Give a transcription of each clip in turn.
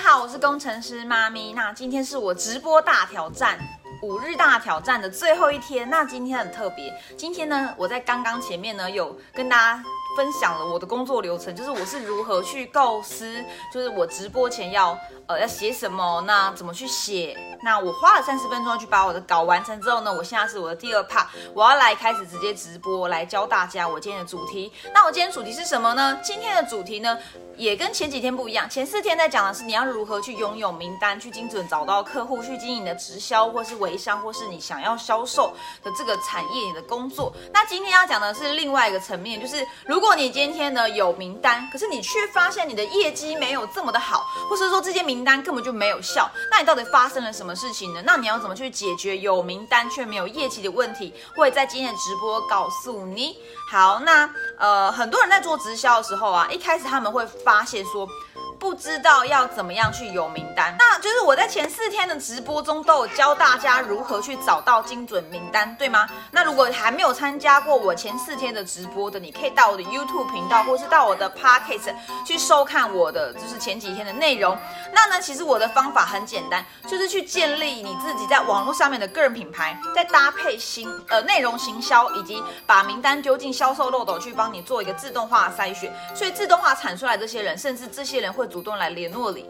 好，我是工程师妈咪。那今天是我直播大挑战5日大挑战的最后一天。那今天很特别，今天呢，我在刚刚前面呢有跟大家分享了我的工作流程，就是我是如何去构思，就是我直播前要写什么，那怎么去写。那我花了30分钟去把我的稿完成之后呢，我现在是我的第2 part， 我要来开始直接直播来教大家我今天的主题。那我今天主题是什么呢？今天的主题呢也跟前几天不一样，前4天在讲的是你要如何去拥有名单，去精准找到客户，去经营你的直销或是微商，或是你想要销售的这个产业你的工作。那今天要讲的是另外一个层面，就是如果你今天呢有名单，可是你却发现你的业绩没有这么的好，或是说这些名单根本就没有效，那你到底发生了什么事情呢？那你要怎么去解决有名单却没有业绩的问题？我会在今天的直播告诉你。好，那很多人在做直销的时候啊，一开始他们会发现说不知道要怎么样去有名单，那就是我在前4天的直播中都有教大家如何去找到精准名单，对吗？那如果还没有参加过我前4天的直播的，你可以到我的 YouTube 频道或是到我的 Podcast 去收看我的就是前几天的内容。那呢，其实我的方法很简单，就是去建立你自己在网络上面的个人品牌，再搭配内容行销，以及把名单丢进销售漏斗去帮你做一个自动化的筛选，所以自动化产出来这些人，甚至这些人会主动来联络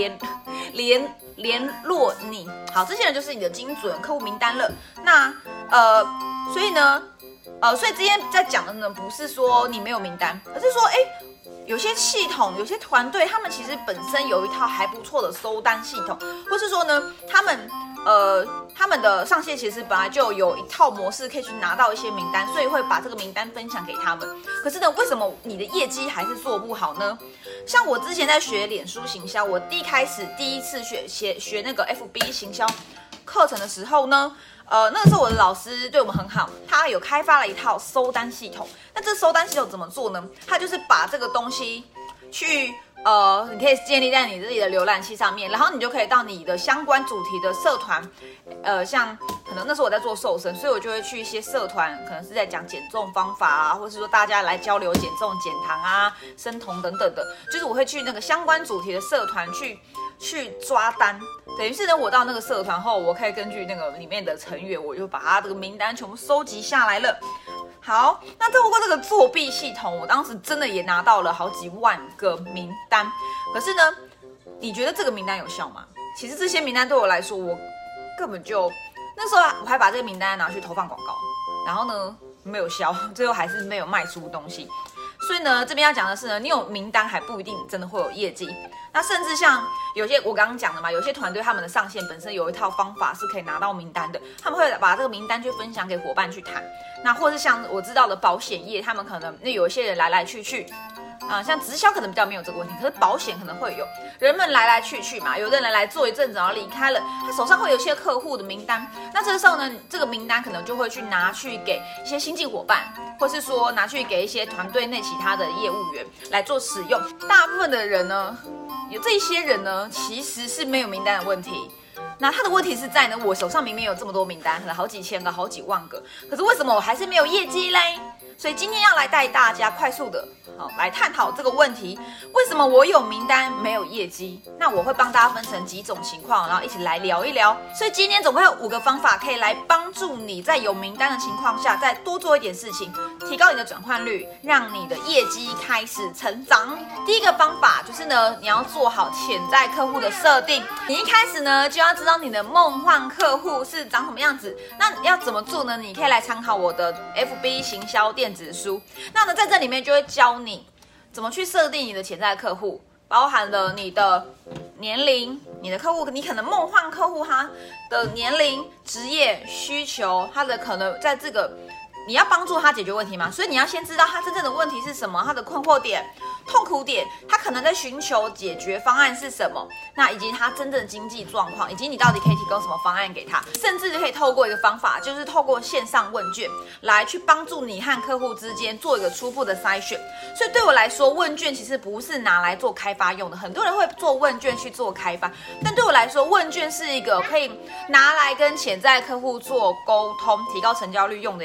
你。好，这些人就是你的精准客户名单了。那所以今天在讲的呢，不是说你没有名单，而是说有些系统、有些团队，他们其实本身有一套还不错的收单系统，或是说呢，他们的上线其实本来就有一套模式可以去拿到一些名单，所以会把这个名单分享给他们。可是呢，为什么你的业绩还是做不好呢？像我之前在学脸书行销，我第一次学那个 FB 行销课程的时候呢，那个时候我的老师对我们很好，他有开发了一套收单系统。那这收单系统怎么做呢？他就是把这个东西去你可以建立在你自己的浏览器上面，然后你就可以到你的相关主题的社团，像可能那时候我在做瘦身，所以我就会去一些社团，可能是在讲减重方法啊，或是说大家来交流减重、减糖啊、生酮等等的，就是我会去那个相关主题的社团去抓单。等于是呢，我到那个社团后，我可以根据那个里面的成员，我就把他这个名单全部收集下来了。好，那透过这个作弊系统，我当时真的也拿到了好几万个名单。可是呢，你觉得这个名单有效吗？其实这些名单对我来说，我根本就那时候我还把这个名单拿去投放广告，然后呢没有效，最后还是没有卖出东西。所以呢，这边要讲的是呢，你有名单还不一定真的会有业绩。那甚至像有些我刚刚讲的嘛，有些团队他们的上线本身有一套方法是可以拿到名单的，他们会把这个名单去分享给伙伴去谈。那或是像我知道的保险业，他们可能有一些人来来去去。像直销可能比较没有这个问题，可是保险可能会有人们来来去去嘛，有的人来做一阵子然后离开了，他手上会有一些客户的名单，那这个时候呢，这个名单可能就会去拿去给一些新进伙伴，或是说拿去给一些团队内其他的业务员来做使用。大部分的人呢，有这些人呢，其实是没有名单的问题。那他的问题是在呢，我手上明明有这么多名单，可能好几千个、好几万个，可是为什么我还是没有业绩嘞？所以今天要来带大家快速的来探讨这个问题，为什么我有名单没有业绩？那我会帮大家分成几种情况，然后一起来聊一聊。所以今天总会有5个方法可以来帮助你在有名单的情况下，再多做一点事情，提高你的转换率，让你的业绩开始成长。第一个方法就是呢，你要做好潜在客户的设定。你一开始呢就要知道你的梦幻客户是长什么样子。那要怎么做呢？你可以来参考我的 FB 行销电子书。那呢，在这里面就会教你怎么去设定你的潜在客户，包含了你的年龄，你的客户，你可能梦幻客户他的年龄、职业、需求，他的可能在这个你要帮助他解决问题嘛，所以你要先知道他真正的问题是什么，他的困惑点、痛苦点，他可能在寻求解决方案是什么，那以及他真正的经济状况，以及你到底可以提供什么方案给他，甚至可以透过一个方法，就是透过线上问卷来去帮助你和客户之间做一个初步的筛选。所以对我来说，问卷其实不是拿来做开发用的，很多人会做问卷去做开发，但对我来说，问卷是一个可以拿来跟潜在客户做沟通、提高成交率用的一个工具。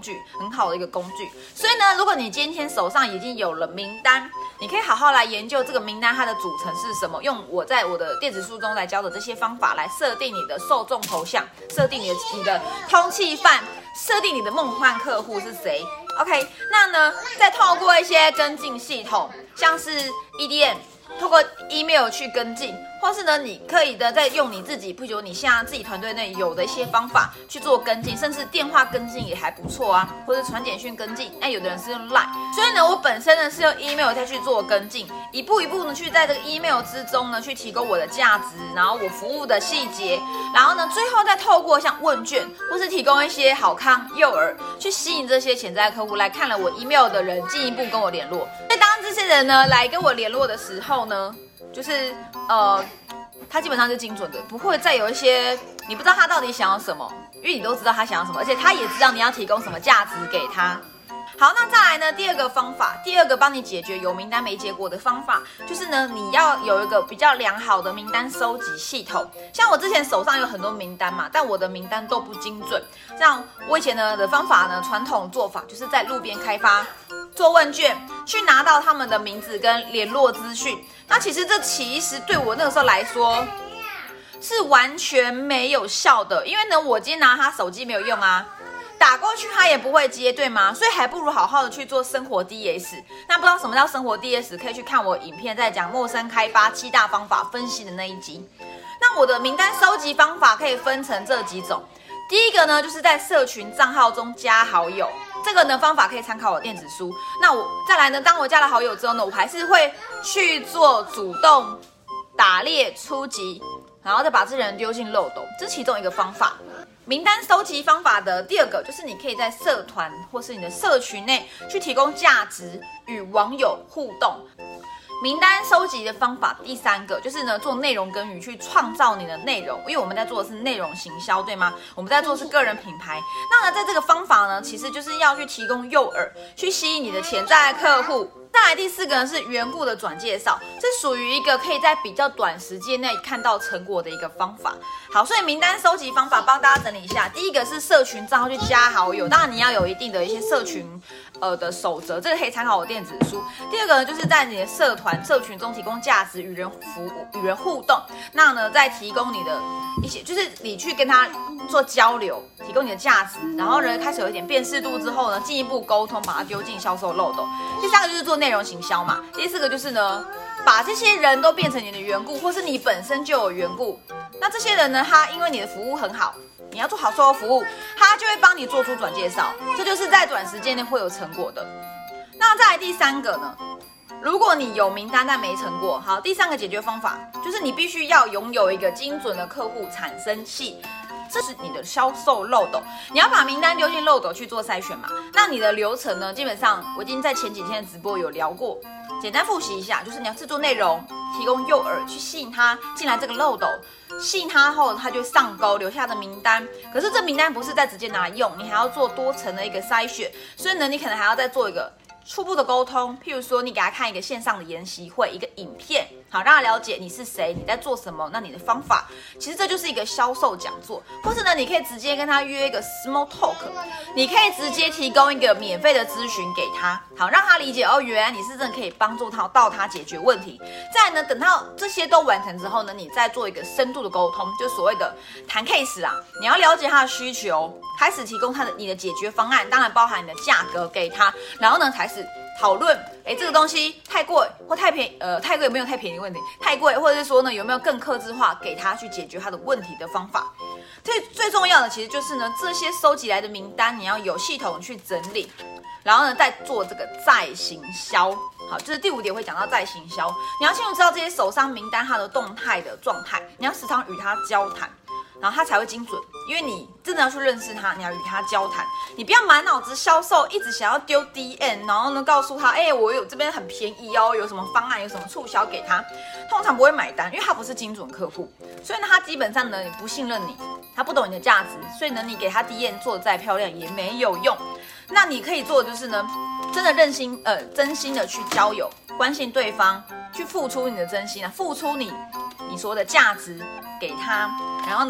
具，很好的一个工具。所以呢，如果你今天手上已经有了名单，你可以好好来研究这个名单它的组成是什么，用我在我的电子书中来教的这些方法来设定你的受众头像，设定你的通缉犯，设定你的梦幻客户是谁。OK， 那呢，再透过一些跟进系统，像是 EDM， 透过 email 去跟进，或是呢，你可以的再用你自己，不如你现在自己团队内有的一些方法去做跟进，甚至电话跟进也还不错啊，或者传简讯跟进。那有的人是用 Line， 所以呢，我本身呢是用 email 再去做跟进，一步一步呢去在这个 email 之中呢去提供我的价值，然后我服务的细节，然后呢最后再透过像问卷或是提供一些好康诱饵，去吸引这些潜在客户来看了我 email 的人进一步跟我联络。所以当这些人呢来跟我联络的时候呢，就是他基本上是精准的，不会再有一些你不知道他到底想要什么，因为你都知道他想要什么，而且他也知道你要提供什么价值给他。好，那再来呢，第二个方法，第二个帮你解决有名单没结果的方法，就是呢，你要有一个比较良好的名单收集系统。像我之前手上有很多名单嘛，但我的名单都不精准。像我以前呢的方法呢，传统做法就是在路边开发，做问卷，去拿到他们的名字跟联络资讯。那其实对我那个时候来说是完全没有效的，因为呢，我今天拿他手机没有用啊。打过去他也不会接，对吗？所以还不如好好的去做生活 DS。那不知道什么叫生活 DS， 可以去看我影片在讲陌生开发7大方法分析的那一集。那我的名单收集方法可以分成这几种。第一个呢，就是在社群账号中加好友，这个呢方法可以参考我电子书。那我再来呢，当我加了好友之后呢，我还是会去做主动打猎出击，然后再把这人丢进漏斗，这是其中一个方法。名单收集方法的第二个就是你可以在社团或是你的社群内去提供价值与网友互动。名单收集的方法第三个就是呢做内容耕耘，去创造你的内容，因为我们在做的是内容行销，对吗？我们在做的是个人品牌。那呢在这个方法呢，其实就是要去提供诱饵，去吸引你的潜在客户。再来第四个呢是缘故的转介绍，这属于一个可以在比较短时间内看到成果的一个方法。好，所以名单收集方法帮大家整理一下。第一个是社群账号去加好友，当然你要有一定的一些社群的守则，这个可以参考我电子书。第二个呢就是在你的社群中提供价值，与人互动。那呢再提供你的一些，就是你去跟他做交流，提供你的价值，然后呢开始有一点辨识度之后呢，进一步沟通，把它丢进销售漏斗。第三个就是做内容行销嘛。第四个就是呢，把这些人都变成你的缘故，或是你本身就有缘故。那这些人呢，他因为你的服务很好，你要做好售后服务，他就会帮你做出转介绍，这就是在短时间内会有成果的。那再来第三个呢，如果你有名单但没成果，好，第三个解决方法就是你必须要拥有一个精准的客户产生器。这是你的销售漏斗，你要把名单丢进漏斗去做筛选嘛。那你的流程呢，基本上我已经在前几天的直播有聊过，简单复习一下，就是你要制作内容，提供诱饵去吸引他进来这个漏斗，吸引他后他就上钩，留下的名单。可是这名单不是再直接拿来用，你还要做多层的一个筛选，所以呢，你可能还要再做一个初步的沟通，譬如说你给他看一个线上的研习会，一个影片，好让他了解你是谁，你在做什么，那你的方法，其实这就是一个销售讲座，或是呢你可以直接跟他约一个 small talk， 你可以直接提供一个免费的咨询给他，好让他理解哦，原来你是真的可以帮助他解决问题。再来呢，等到这些都完成之后呢，你再做一个深度的沟通，就所谓的谈 case 啊，你要了解他的需求，开始提供你的解决方案，当然包含你的价格给他，然后呢才是讨论，这个东西太贵或太便宜，太贵没有太便宜的问题，太贵或者是说呢有没有更客制化给他去解决他的问题的方法。最重要的其实就是呢，这些收集来的名单你要有系统去整理，然后呢再做这个再行销。好，就是第5点会讲到再行销，你要清楚知道这些手上名单它的动态的状态，你要时常与他交谈，然后他才会精准，因为你真的要去认识他，你要与他交谈，你不要满脑子销售，一直想要丢 DM， 然后呢告诉他，我有这边很便宜哦，有什么方案，有什么促销给他，通常不会买单，因为他不是精准客户，所以呢他基本上呢你不信任你，他不懂你的价值，所以呢你给他 DM 做得再漂亮也没有用。那你可以做的就是呢，真的真心的去交友，关心对方，去付出你的真心啊，付出你所有的价值给他，然后呢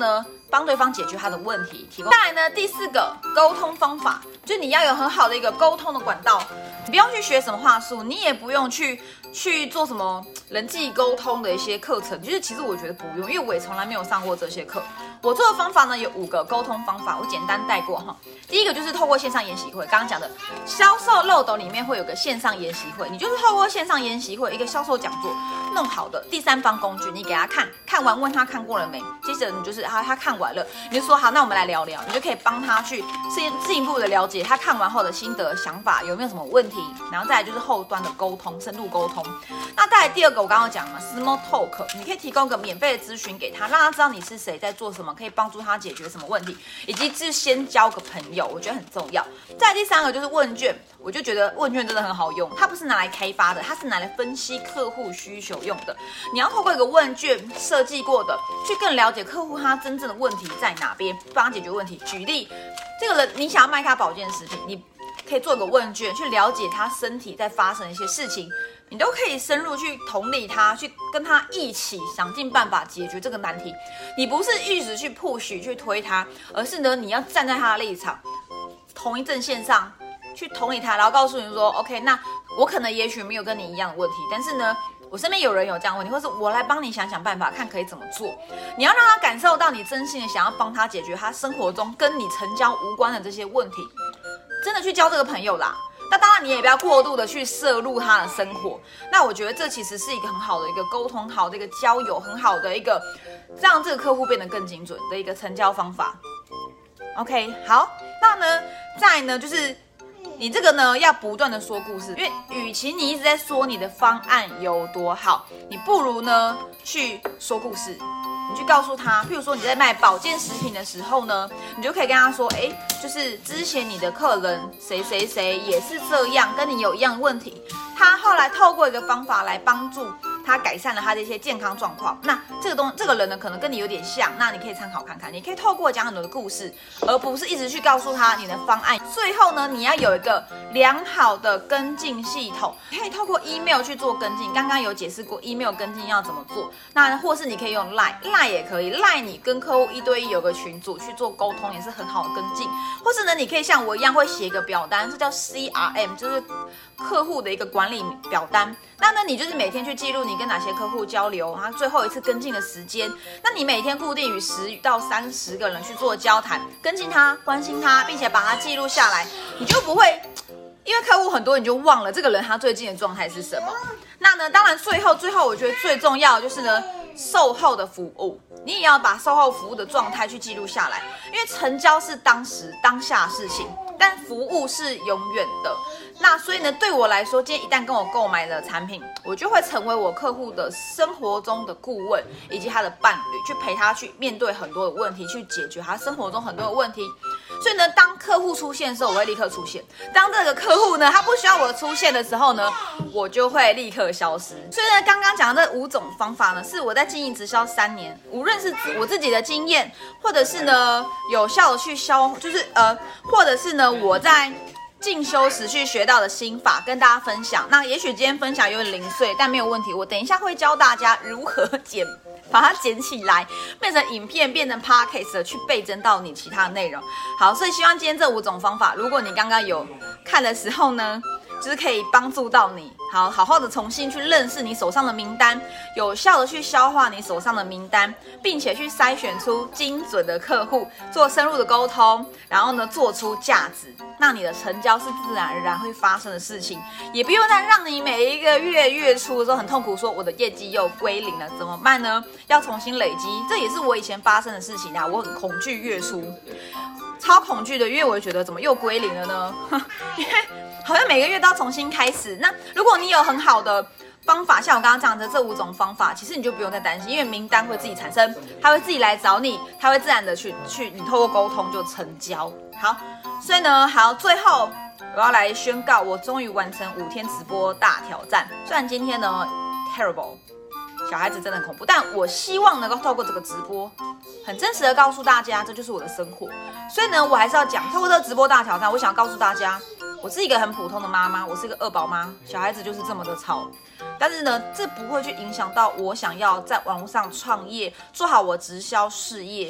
帮对方解决他的问题，提供。再来呢，第4个沟通方法，就是你要有很好的一个沟通的管道，你不用去学什么话术，你也不用去做什么人际沟通的一些课程，就是其实我觉得不用，因为我也从来没有上过这些课。我做的方法呢有5个沟通方法，我简单带过哈。第一个就是透过线上研习会，刚刚讲的销售漏斗里面会有个线上研习会，你就是透过线上研习会一个销售讲座弄好的第3方工具，你给他看完问他看过了没，接着你就是他看完了，你就说好，那我们来聊聊，你就可以帮他去进一步的了解他看完后的心得想法有没有什么问题，然后再来就是后端的沟通，深度沟通。那再来第2个我刚刚讲了 small talk， 你可以提供个免费的咨询给他，让他知道你是谁，在做什么，可以帮助他解决什么问题，以及是先交个朋友，我觉得很重要。再来第3个就是问卷，我就觉得问卷真的很好用，它不是拿来开发的，它是拿来分析客户需求用的。你要透过一个问卷设计过的，去更了解客户他真正的问题在哪边，帮他解决问题。举例，这个人你想要卖他保健食品，你可以做一个问卷，去了解他身体在发生一些事情，你都可以深入去同理他，去跟他一起想尽办法解决这个难题。你不是一直去 push 去推他，而是呢你要站在他的立场，同一阵线上去同理他，然后告诉你说 OK， 那我可能也许没有跟你一样的问题，但是呢我身边有人有这样的问题，或是我来帮你想想办法，看可以怎么做。你要让他感受到你真心的想要帮他解决他生活中跟你成交无关的这些问题，真的去交这个朋友啦。那当然你也不要过度的去摄入他的生活。那我觉得这其实是一个很好的一个沟通，好的一个交友，很好的一个让这个客户变得更精准的一个成交方法。OK， 好，那呢再来呢就是你这个呢要不断的说故事，因为与其你一直在说你的方案有多好，你不如呢去说故事。你去告诉他，譬如说你在卖保健食品的时候呢，你就可以跟他说，就是之前你的客人谁谁谁也是这样，跟你有一样的问题，他后来透过一个方法来帮助他改善了他的一些健康状况。那这个人呢，可能跟你有点像，那你可以参考看看。你可以透过讲很多的故事，而不是一直去告诉他你的方案。最后呢，你要有一个良好的跟进系统，可以透过 email 去做跟进。刚刚有解释过 email 跟进要怎么做，那或是你可以用 line 也可以 ，line 你跟客户1对1有个群组去做沟通，也是很好的跟进。或是呢，你可以像我一样会写一个表单，这叫 CRM， 就是客户的一个管理表单。那呢，你就是每天去记录你跟哪些客户交流，他最后一次跟进的时间。那你每天固定与10到30个人去做交谈，跟进他，关心他，并且把它记录下来，你就不会因为客户很多，你就忘了这个人他最近的状态是什么。那呢，当然最后我觉得最重要的就是呢，售后的服务，你也要把售后服务的状态去记录下来，因为成交是当下的事情，但服务是永远的。那所以呢，对我来说，今天一旦跟我购买了产品，我就会成为我客户的生活中的顾问，以及他的伴侣，去陪他去面对很多的问题，去解决他生活中很多的问题。所以呢，当客户出现的时候，我会立刻出现；当这个客户呢，他不需要我出现的时候呢，我就会立刻消失。所以呢，刚刚讲的这5种方法呢，是我在经营直销3年，无论是我自己的经验，或者是呢有效的去或者是呢我在进修时去学到的心法跟大家分享。那也许今天分享有点零碎，但没有问题，我等一下会教大家如何把它剪起来，变成影片，变成 podcast 去倍增到你其他的内容。好，所以希望今天这5种方法，如果你刚刚有看的时候呢，就是可以帮助到你，好好的重新去认识你手上的名单，有效的去消化你手上的名单，并且去筛选出精准的客户，做深入的沟通，然后呢做出价值，那你的成交是自然而然会发生的事情，也不用再让你每一个月初的时候很痛苦，说我的业绩又归零了，怎么办呢？要重新累积，这也是我以前发生的事情啊，我很恐惧月初，超恐惧的，因为我觉得怎么又归零了呢？因为好像每个月都要重新开始。那如果你有很好的方法，像我刚刚讲的这5种方法，其实你就不用再担心，因为名单会自己产生，它会自己来找你，它会自然的去你透过沟通就成交。好，所以呢，好，最后我要来宣告，我终于完成5天直播大挑战。虽然今天呢 terrible， 小孩子真的很恐怖，但我希望能够透过这个直播，很真实的告诉大家，这就是我的生活。所以呢，我还是要讲，透过这个直播大挑战，我想要告诉大家，我是一个很普通的妈妈，我是一个2宝妈，小孩子就是这么的吵。但是呢，这不会去影响到我想要在网络上创业，做好我直销事业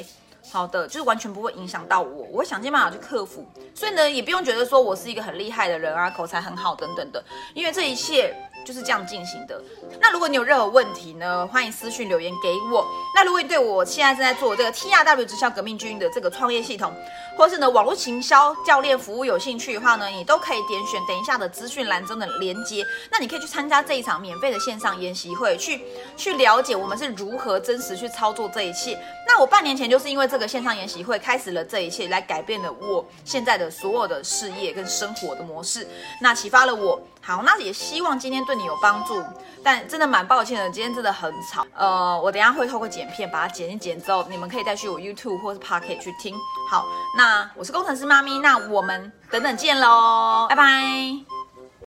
好的，就是完全不会影响到我，我会想尽办法去克服。所以呢，也不用觉得说我是一个很厉害的人啊，口才很好等等的，因为这一切就是这样进行的。那如果你有任何问题呢，欢迎私讯留言给我。那如果你对我现在正在做这个 TRW 直销革命军的这个创业系统，或是呢网络行销教练服务有兴趣的话呢，你都可以点选等一下的资讯栏中的连接。那你可以去参加这一场免费的线上研习会，去了解我们是如何真实去操作这一切。那我半年前就是因为这个线上研习会开始了这一切，来改变了我现在的所有的事业跟生活的模式，那启发了我。好，那也希望今天对你有帮助，但真的蛮抱歉的，今天真的很吵。我等一下会透过剪片把它剪一剪之后，你们可以再去我 YouTube 或是 Pocket 去听。好，那我是工程师妈咪，那我们等等见喽，拜拜。